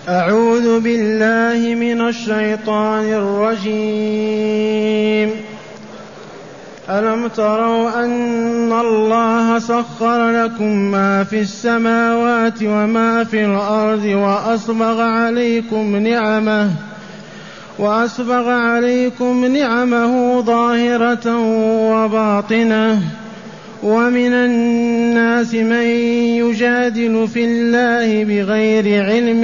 أعوذ بالله من الشيطان الرجيم. ألم تروا أن الله سخر لكم ما في السماوات وما في الأرض وأسبغ عليكم نعمه ظاهرة وباطنة ومن الناس من يجادل في الله بغير علم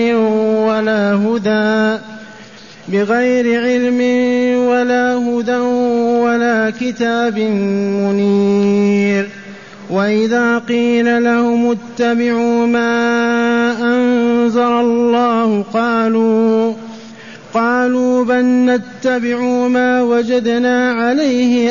ولا هدى ولا كتاب منير. وإذا قيل لهم اتبعوا ما أنزل الله قالوا بل نتبع ما وجدنا عليه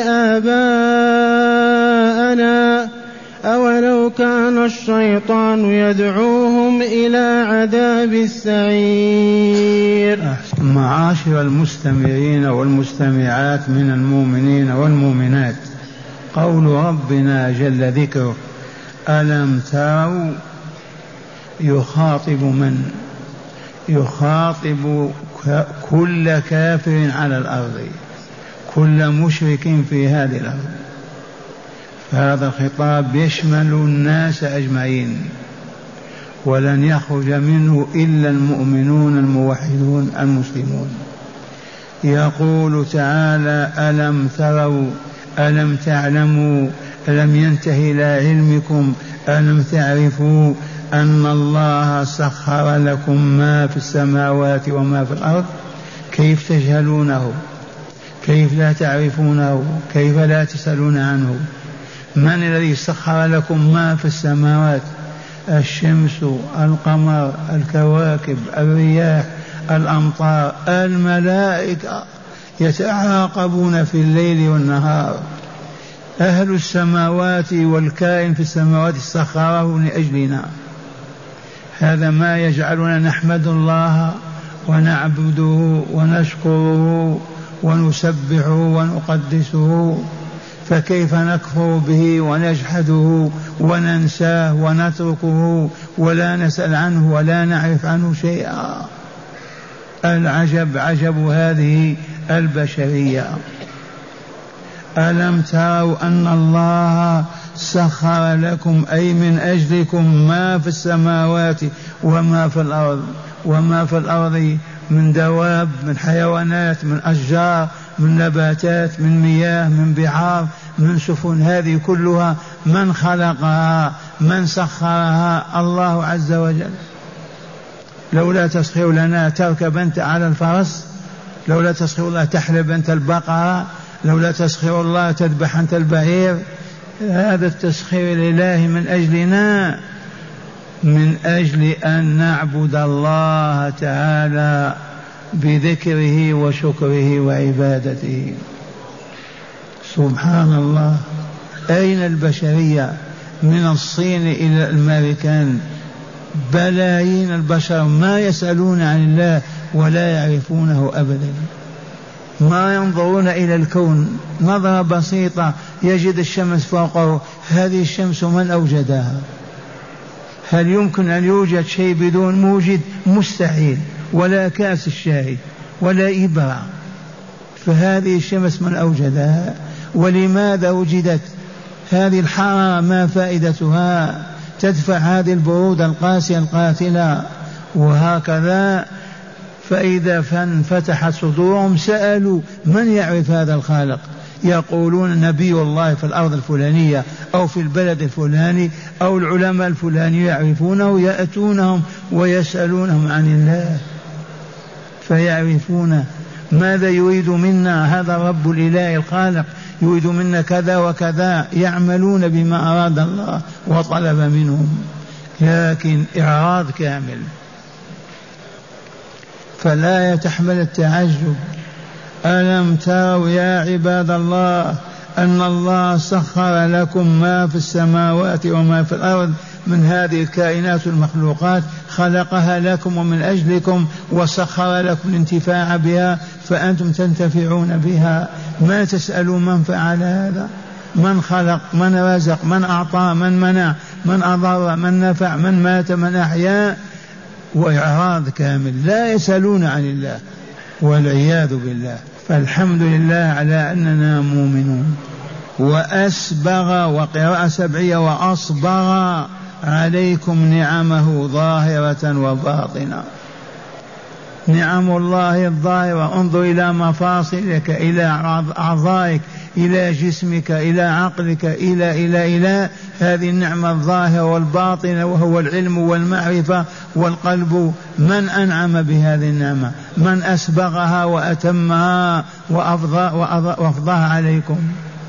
آباءنا أولو كان الشيطان يدعوهم إلى عذاب السعير. معاشر المستمعين والمستمعات من المؤمنين والمؤمنات، قول ربنا جل ذكره ألم تروا يخاطب من؟ يخاطب كل كافر على الأرض، كل مشرك في هذه الأرض، فهذا الخطاب يشمل الناس أجمعين ولن يخرج منه إلا المؤمنون الموحدون المسلمون. يقول تعالى ألم تروا، ألم تعلموا، ألم ينتهي إلى علمكم، ألم تعرفوا أن الله سخر لكم ما في السماوات وما في الأرض؟ كيف تجهلونه؟ كيف لا تعرفونه؟ كيف لا تسألون عنه؟ من الذي سخر لكم ما في السماوات؟ الشمس، القمر، الكواكب، الرياح، الأمطار، الملائكة يتعاقبون في الليل والنهار. أهل السماوات والكائن في السماوات سخره لأجلنا. هذا ما يجعلنا نحمد الله ونعبده ونشكره ونسبحه ونقدسه، فكيف نكفر به ونجحده وننساه ونتركه ولا نسأل عنه ولا نعرف عنه شيئا؟ العجب عجب هذه البشرية. ألم تروا أن الله سخر لكم أي من أجلكم ما في السماوات وما في الأرض، وما في الأرض من دواب، من حيوانات، من أشجار، من نباتات، من مياه، من بحار، من سفن، هذه كلها من خلقها؟ من سخرها؟ الله عز وجل. لولا تسخير لنا تركب أنت على الفرس، لولا تسخير الله تحلب أنت البقرة، لولا تسخير الله تذبح أنت البعير. هذا التسخير الإلهي من أجلنا، من أجل أن نعبد الله تعالى بذكره وشكره وعبادته. سبحان الله. أين البشرية؟ من الصين إلى الأمريكان بلايين البشر ما يسألون عن الله ولا يعرفونه أبدا، ما ينظرون إلى الكون نظرة بسيطة يجد الشمس فوقه. هذه الشمس من أوجدها؟ هل يمكن أن يوجد شيء بدون موجد؟ مستحيل. ولا كاس الشاي ولا إبرة. فهذه الشمس من أوجدها؟ ولماذا وجدت؟ هذه الحرارة ما فائدتها؟ تدفع هذه البرودة القاسية القاتلة. وهكذا فإذا فتحت صدورهم سألوا من يعرف هذا الخالق؟ يقولون نبي الله في الأرض الفلانية أو في البلد الفلاني أو العلماء الفلاني يعرفونه، يأتونهم ويسألونهم عن الله فيعرفون ماذا يريد منا. هذا رب الإله الخالق يريد منا كذا وكذا، يعملون بما أراد الله وطلب منهم، لكن إعراض كامل. فلا يتحمل التعجب. ألم تروا يا عباد الله أن الله سخر لكم ما في السماوات وما في الأرض من هذه الكائنات المخلوقات، خلقها لكم ومن أجلكم، وسخر لكم الانتفاع بها فأنتم تنتفعون بها. ما تسألوا من فعل هذا؟ من خلق؟ من رزق؟ من أعطى؟ من منع؟ من أضر؟ من نفع؟ من مات؟ من أحيا؟ وإعراض كامل، لا يسألون عن الله والعياذ بالله. فالحمد لله على أننا مؤمنون. وأسبغ، وقراءة سبعية، وأصبغ عليكم نعمه ظاهرة وباطنة. نعم الله الظاهرة، انظر إلى مفاصلك، إلى أعضائك، إلى جسمك، إلى عقلك، إلى هذه النعمة الظاهرة والباطنة، وهو العلم والمعرفة والقلب. من أنعم بهذه النعمة؟ من أسبغها وأتمها وأفضاها عليكم؟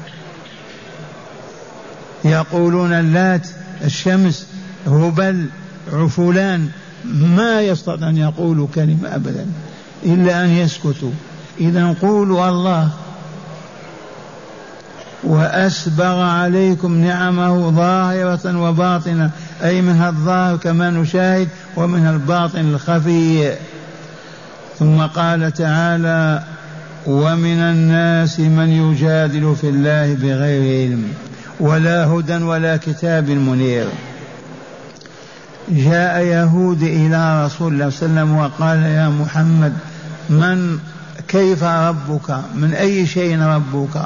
يقولون اللات، الشمس، هبل، عفلان، ما يستطيع أن يقولوا كلمة أبدا إلا أن يسكتوا. إذا قولوا الله. وأسبغ عليكم نعمه ظاهرة وباطنة، أي منها الظاهر كما نشاهد ومنها الباطن الخفي. ثم قال تعالى: ومن الناس من يجادل في الله بغير علم ولا هدى ولا كتاب منير. جاء يهود إلى رسول الله صلى الله عليه وسلم وقال: يا محمد، كيف ربك؟ من أي شيء ربك؟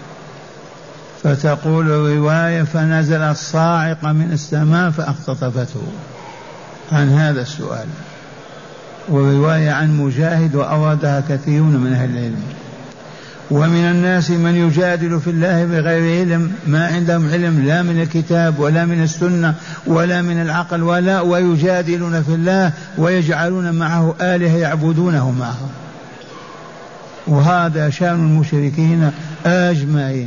فتقول الرواية: فنزلت صاعقة من السماء فاختطفته. عن هذا السؤال، ورواية عن مجاهد وأوردها كثيرون من أهل العلم. ومن الناس من يجادل في الله بغير علم، ما عندهم علم لا من الكتاب ولا من السنة ولا من العقل ويجادلون في الله ويجعلون معه آلهة يعبدونه معه. وهذا شأن المشركين أجمعين،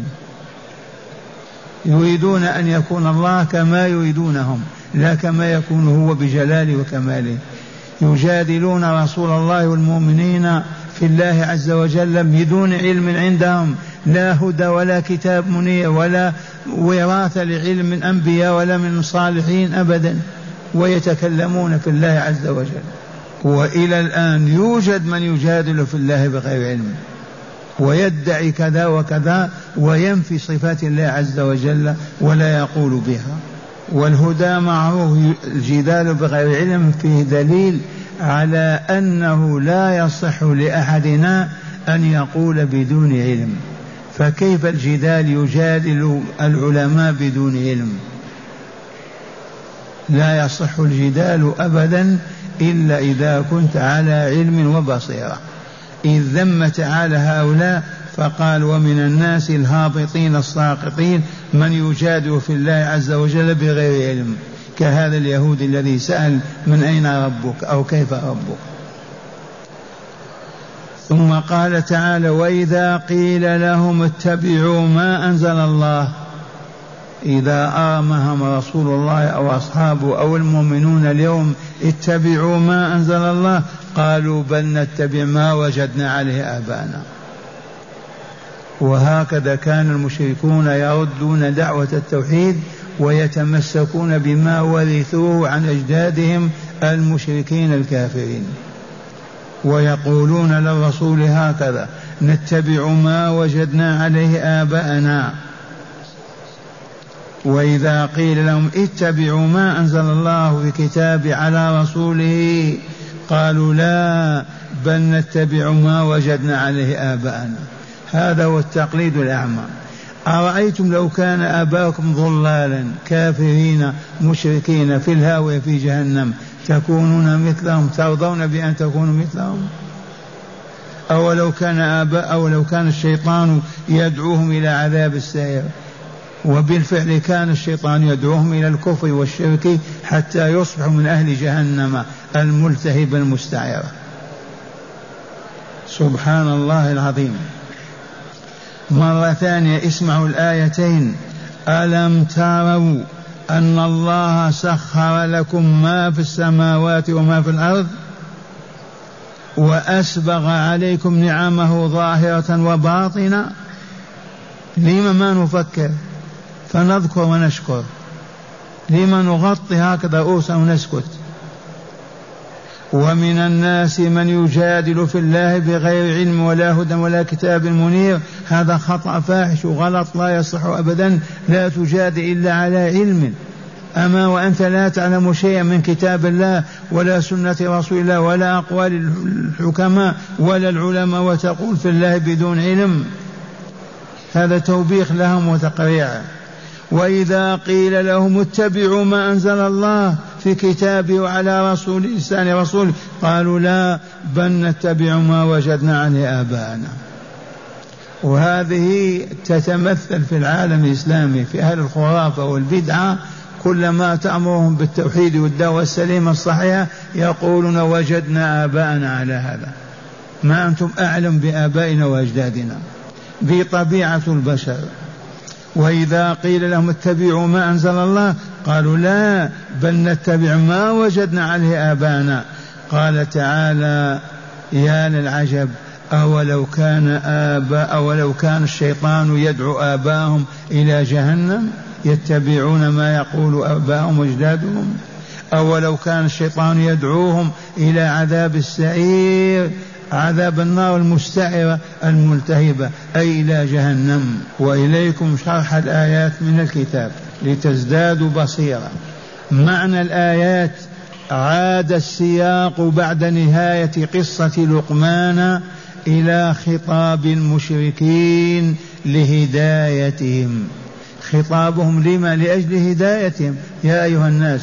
يريدون أن يكون الله كما يريدونهم لا كما يكون هو بجلاله وكماله. يجادلون رسول الله والمؤمنين في الله عز وجل بدون علم عندهم، لا هدى ولا كتاب منير ولا وراثة لعلم من أنبياء ولا من صالحين أبدا، ويتكلمون في الله عز وجل. وإلى الآن يوجد من يجادل في الله بغير علم ويدعي كذا وكذا وينفي صفات الله عز وجل ولا يقول بها. والهدى معروف، الجدال بغير علم فيه دليل على أنه لا يصح لأحدنا أن يقول بدون علم. فكيف الجدال يجادل العلماء بدون علم؟ لا يصح الجدال أبدا إلا إذا كنت على علم وبصيرة. إذ ذم تعالى هؤلاء فقال: ومن الناس الهابطين الساقطين من يجادل في الله عز وجل بغير علم، كهذا اليهود الذي سأل: من أين ربك؟ أو كيف ربك؟ ثم قال تعالى: وإذا قيل لهم اتبعوا ما أنزل الله، إذا آمهم رسول الله أو أصحابه أو المؤمنون اليوم اتبعوا ما أنزل الله، قالوا بل نتبع ما وجدنا عليه آباءنا. وهكذا كان المشركون يردون دعوة التوحيد ويتمسكون بما ورثوه عن أجدادهم المشركين الكافرين، ويقولون للرسول هكذا: نتبع ما وجدنا عليه آباءنا. وإذا قيل لهم اتبعوا ما أنزل الله في كتاب على رسوله قالوا لا بل نتبع ما وجدنا عليه آباءنا. هذا هو التقليد الأعمى. أرأيتم لو كان آباؤكم ضلالا كافرين مشركين في الهاوية في جهنم تكونون مثلهم؟ ترضون بأن تكونوا مثلهم؟ أو لو كان الشيطان يدعوهم إلى عذاب السعير، وبالفعل كان الشيطان يدعوهم إلى الكفر والشرك حتى يصبحوا من أهل جهنم الملتهبة المستعيرة. سبحان الله العظيم. مرة ثانية اسمعوا الآيتين: ألم تروا أن الله سخر لكم ما في السماوات وما في الأرض وأسبغ عليكم نعمه ظاهرة وباطنة. لما ما نفكر فنذكر ونشكر؟ لما نغطي هكذا رؤوسا ونسكت؟ ومن الناس من يجادل في الله بغير علم ولا هدى ولا كتاب منير. هذا خطأ فاحش وغلط لا يصح أبدا. لا تجادل إلا على علم أما وأنت لا تعلم شيئا من كتاب الله ولا سنة رسول الله ولا أقوال الحكماء ولا العلماء وتقول في الله بدون علم؟ هذا توبيخ لهم وتقريع. وإذا قيل لهم اتبعوا ما أنزل الله في كتابه وعلى رسول لسان رسوله قالوا لا بل نتبع ما وجدنا عليه آباءنا. وهذه تتمثل في العالم الإسلامي في أهل الخرافة والبدعة، كلما تأمرهم بالتوحيد والدعوة السليمة الصحيحة يقولون وجدنا آباءنا على هذا. ما أنتم أعلم بآبائنا وأجدادنا، بطبيعة البشر. وإذا قيل لهم اتبعوا ما أنزل الله قالوا لا بل نتبع ما وجدنا عليه آباءنا. قال تعالى يا للعجب أولو كان الشيطان يدعو آباءهم إلى جهنم يتبعون ما يقول آباءهم وأجدادهم، أولو كان الشيطان يدعوهم إلى عذاب السعير، عذاب النار المستعرة الملتهبة، أي إلى جهنم. وإليكم شرح الآيات من الكتاب لتزدادوا بصيرة. معنى الآيات: عاد السياق بعد نهاية قصة لقمان إلى خطاب المشركين لهدايتهم. خطابهم لما؟ لأجل هدايتهم. يا أيها الناس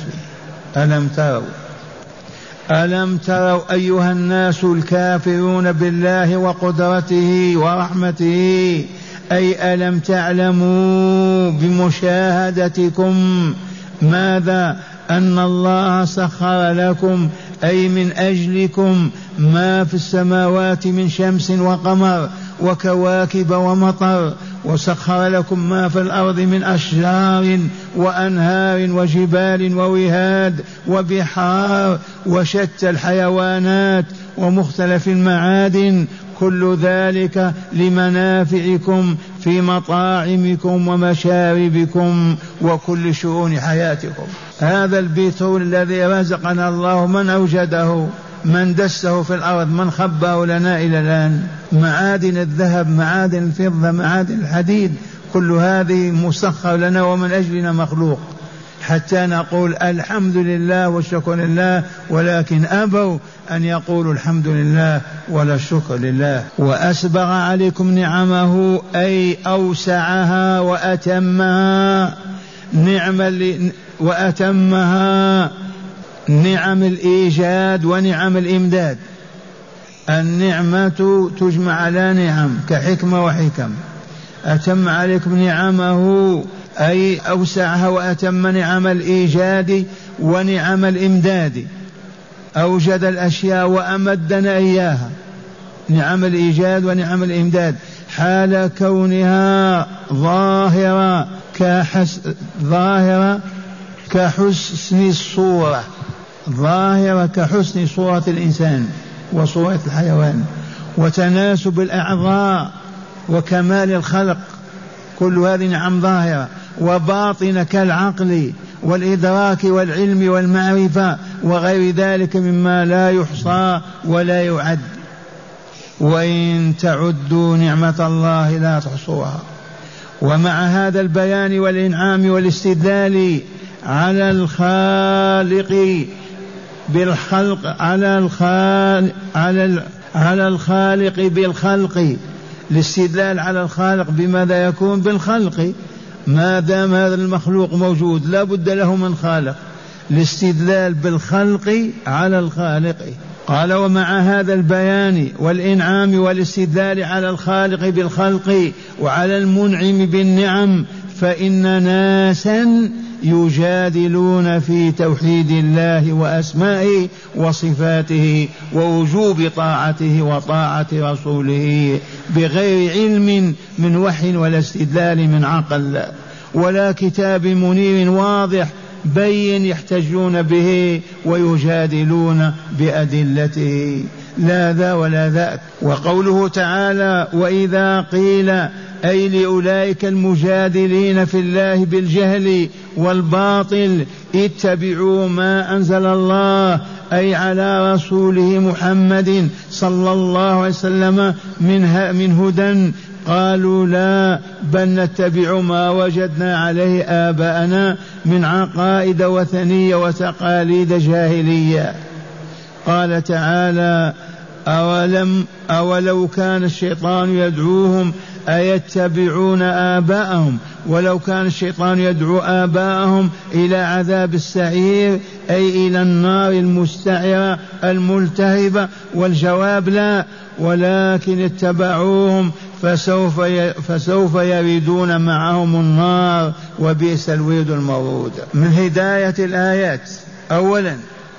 ألم تروا أيها الناس الكافرون بالله وقدرته ورحمته، أي ألم تعلموا بمشاهدتكم ماذا؟ أن الله سخر لكم أي من أجلكم ما في السماوات من شمس وقمر وكواكب ومطر، وسخر لكم ما في الأرض من أشجار وأنهار وجبال ووهاد وبحار وشتى الحيوانات ومختلف المعادن، كل ذلك لمنافعكم في مطاعمكم ومشاربكم وكل شؤون حياتكم. هذا البترول الذي رزقنا الله من أوجده؟ من دسه في الأرض؟ من خباه لنا إلى الآن؟ معادن الذهب، معادن الفضة، معادن الحديد، كل هذه مسخر لنا ومن أجلنا مخلوق، حتى نقول الحمد لله والشكر لله، ولكن أبوا أن يقولوا الحمد لله ولا الشكر لله. وأسبغ عليكم نعمه أي أوسعها وأتمها، وأتمها نعم الإيجاد ونعم الإمداد. النعمة تجمع على نعم كحكمة وحكم. أتم عليكم نعمه أي أوسعها وأتم نعم الإيجاد ونعم الإمداد، أوجد الأشياء وأمدنا إياها، نعم الإيجاد ونعم الإمداد، حال كونها ظاهرة كحسن الصورة، ظاهرة كحسن صورة الإنسان وصورة الحيوان، وتناسب الأعضاء وكمال الخلق، كل هذه نعم ظاهرة، وباطنة كالعقل والإدراك والعلم والمعرفة وغير ذلك مما لا يحصى ولا يعد. وإن تعدوا نعمة الله لا تحصوها. ومع هذا البيان والإنعام والاستدلال على الخالق بالخلق، على الخالق بالخلق، الاستدلال على الخالق بماذا يكون؟ بالخلق، ما دام هذا المخلوق موجود لا بد له من خالق، الاستدلال بالخلق على الخالق. قال ومع هذا البيان والإنعام والاستدلال على الخالق بالخلق وعلى المنعم بالنعم، فإن ناسا يجادلون في توحيد الله وأسمائه وصفاته ووجوب طاعته وطاعة رسوله بغير علم من وحي ولا استدلال من عقل ولا كتاب منير واضح بين يحتجون به ويجادلون بأدلته، لا ذا ولا ذاك. وقوله تعالى وإذا قيل أي لأولئك المجادلين في الله بالجهل والباطل اتبعوا ما أنزل الله أي على رسوله محمد صلى الله عليه وسلم من هدى قالوا لا بل نتبع ما وجدنا عليه آباءنا من عقائد وثنية وتقاليد جاهلية. قال تعالى أولو كان الشيطان يدعوهم أيتبعون آباءهم ولو كان الشيطان يدعو آباءهم إلى عذاب السعير أي إلى النار المستعرة الملتهبة، والجواب لا، ولكن اتبعوهم فسوف يردون معهم النار وبئس الورد المورود. من هداية الآيات أولا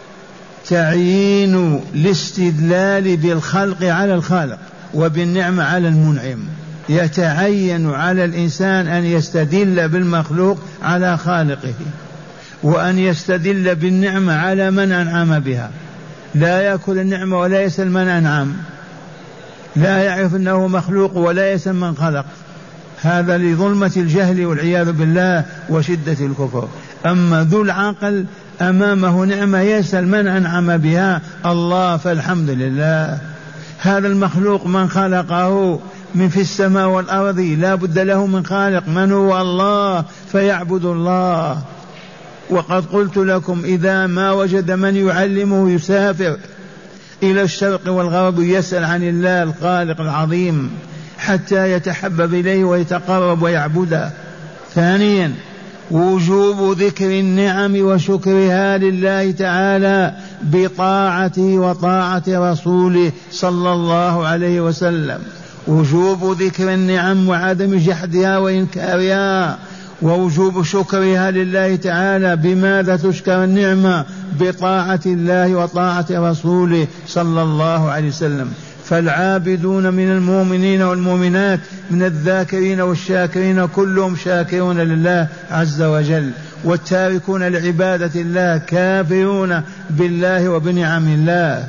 تعيين الاستدلال بالخلق على الخالق وبالنعمة على المنعم. يتعين على الإنسان أن يستدل بالمخلوق على خالقه، وأن يستدل بالنعمة على من أنعم بها. لا يأكل النعمة ولا يسأل من أنعم، لا يعرف أنه مخلوق ولا يسأل من خلق، هذا لظلمة الجهل والعياذ بالله وشدة الكفر. أما ذو العقل أمامه نعمة يسأل من أنعم بها، الله، فالحمد لله. هذا المخلوق من خلقه من في السماء والأرض لا بد له من خالق، من هو الله، فيعبد الله. وقد قلت لكم إذا ما وجد من يعلمه يسافر إلى الشرق والغرب يسأل عن الله الخالق العظيم حتى يتحبب إليه ويتقرب ويعبده. ثانيا وجوب ذكر النعم وشكرها لله تعالى بطاعته وطاعة رسوله صلى الله عليه وسلم. وجوب ذكر النعم وعدم جحدها وإنكارها، ووجوب شكرها لله تعالى. بماذا تشكر النعمة؟ بطاعة الله وطاعة رسوله صلى الله عليه وسلم. فالعابدون من المؤمنين والمؤمنات من الذاكرين والشاكرين كلهم شاكرون لله عز وجل، والتاركون لعبادة الله كافرون بالله وبنعم الله.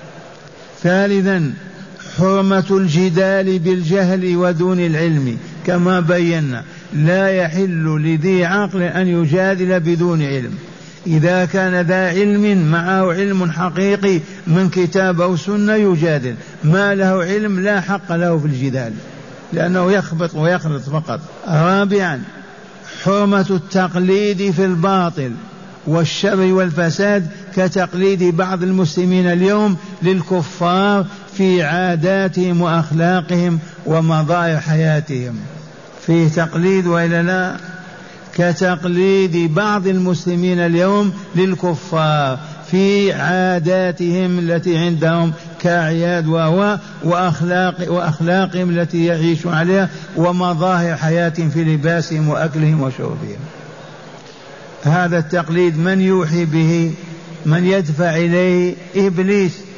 ثالثا حرمة الجدال بالجهل ودون العلم، كما بينا لا يحل لذي عقل أن يجادل بدون علم. إذا كان ذا علم معه علم حقيقي من كتاب أو سنة يجادل، ما له علم لا حق له في الجدال لأنه يخبط ويخلط فقط. رابعا حرمة التقليد في الباطل والشر والفساد كتقليد بعض المسلمين اليوم للكفار في عاداتهم وأخلاقهم ومظاهر حياتهم. فيه تقليد وإلا لا؟ كتقليد بعض المسلمين اليوم للكفار في عاداتهم التي عندهم كأعياد وأخلاقهم التي يعيش عليها ومظاهر حياتهم في لباسهم وأكلهم وشربهم. هذا التقليد من يوحي به؟ من يدفع إليه؟ إبليس.